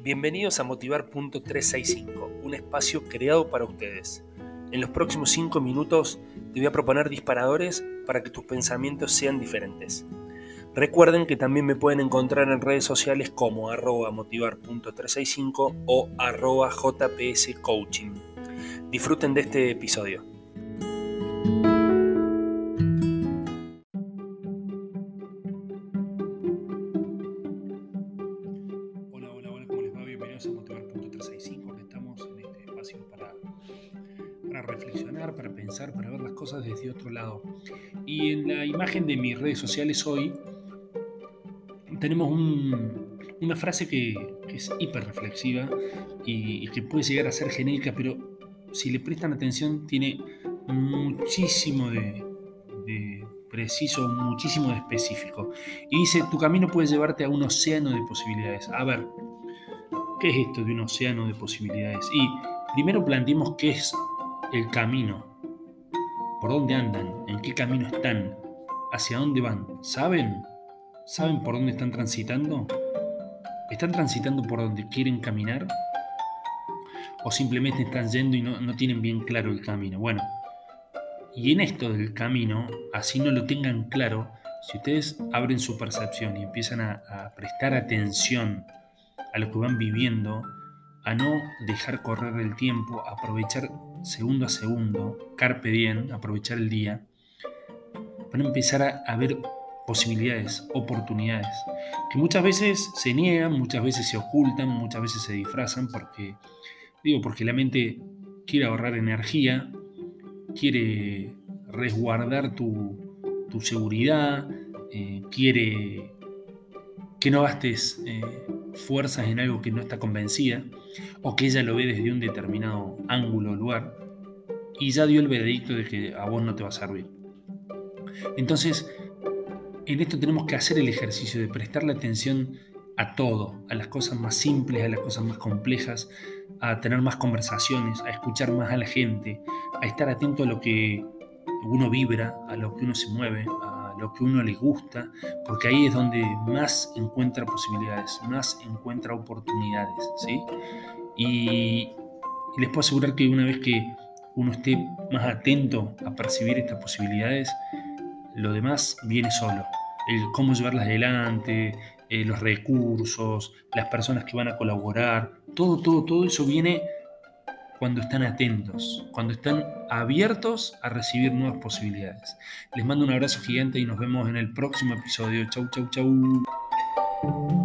Bienvenidos a Motivar.365, un espacio creado para ustedes. En los próximos 5 minutos te voy a proponer disparadores para que tus pensamientos sean diferentes. Recuerden que también me pueden encontrar en redes sociales como @motivar.365 o @jpscoaching. Disfruten de este episodio. Hola, ¿cómo les va? Bienvenidos a Motivar.365, que estamos en este espacio para reflexionar, para pensar, para ver las cosas desde otro lado. Y en la imagen de mis redes sociales hoy tenemos una frase que es hiper reflexiva y que puede llegar a ser genérica, pero si le prestan atención tiene muchísimo de preciso, muchísimo de específico. Y dice, tu camino puede llevarte a un océano de posibilidades. A ver, ¿qué es esto de un océano de posibilidades? Y primero planteemos qué es el camino. ¿Por dónde andan? ¿En qué camino están? ¿Hacia dónde van? ¿Saben? ¿Saben por dónde están transitando? ¿Están transitando por donde quieren caminar? ¿O simplemente están yendo y no tienen bien claro el camino? Bueno, y en esto del camino, así no lo tengan claro, si ustedes abren su percepción y empiezan a prestar atención a lo que van viviendo, a no dejar correr el tiempo, a aprovechar segundo a segundo, carpe diem, aprovechar el día, van a empezar a ver posibilidades, oportunidades, que muchas veces se niegan, muchas veces se ocultan, muchas veces se disfrazan, porque la mente quiere ahorrar energía, quiere resguardar tu seguridad, quiere que no gastes fuerzas en algo que no está convencida, o que ella lo ve desde un determinado ángulo o lugar, y ya dio el veredicto de que a vos no te va a servir. Entonces, en esto tenemos que hacer el ejercicio de prestarle atención a todo, a las cosas más simples, a las cosas más complejas, a tener más conversaciones, a escuchar más a la gente, a estar atento a lo que uno vibra, a lo que uno se mueve, a lo que uno le gusta, porque ahí es donde más encuentra posibilidades, más encuentra oportunidades, ¿sí? Y les puedo asegurar que una vez que uno esté más atento a percibir estas posibilidades, lo demás viene solo. El cómo llevarlas adelante, los recursos, las personas que van a colaborar, todo eso viene cuando están atentos, cuando están abiertos a recibir nuevas posibilidades. Les mando un abrazo gigante y nos vemos en el próximo episodio. Chau.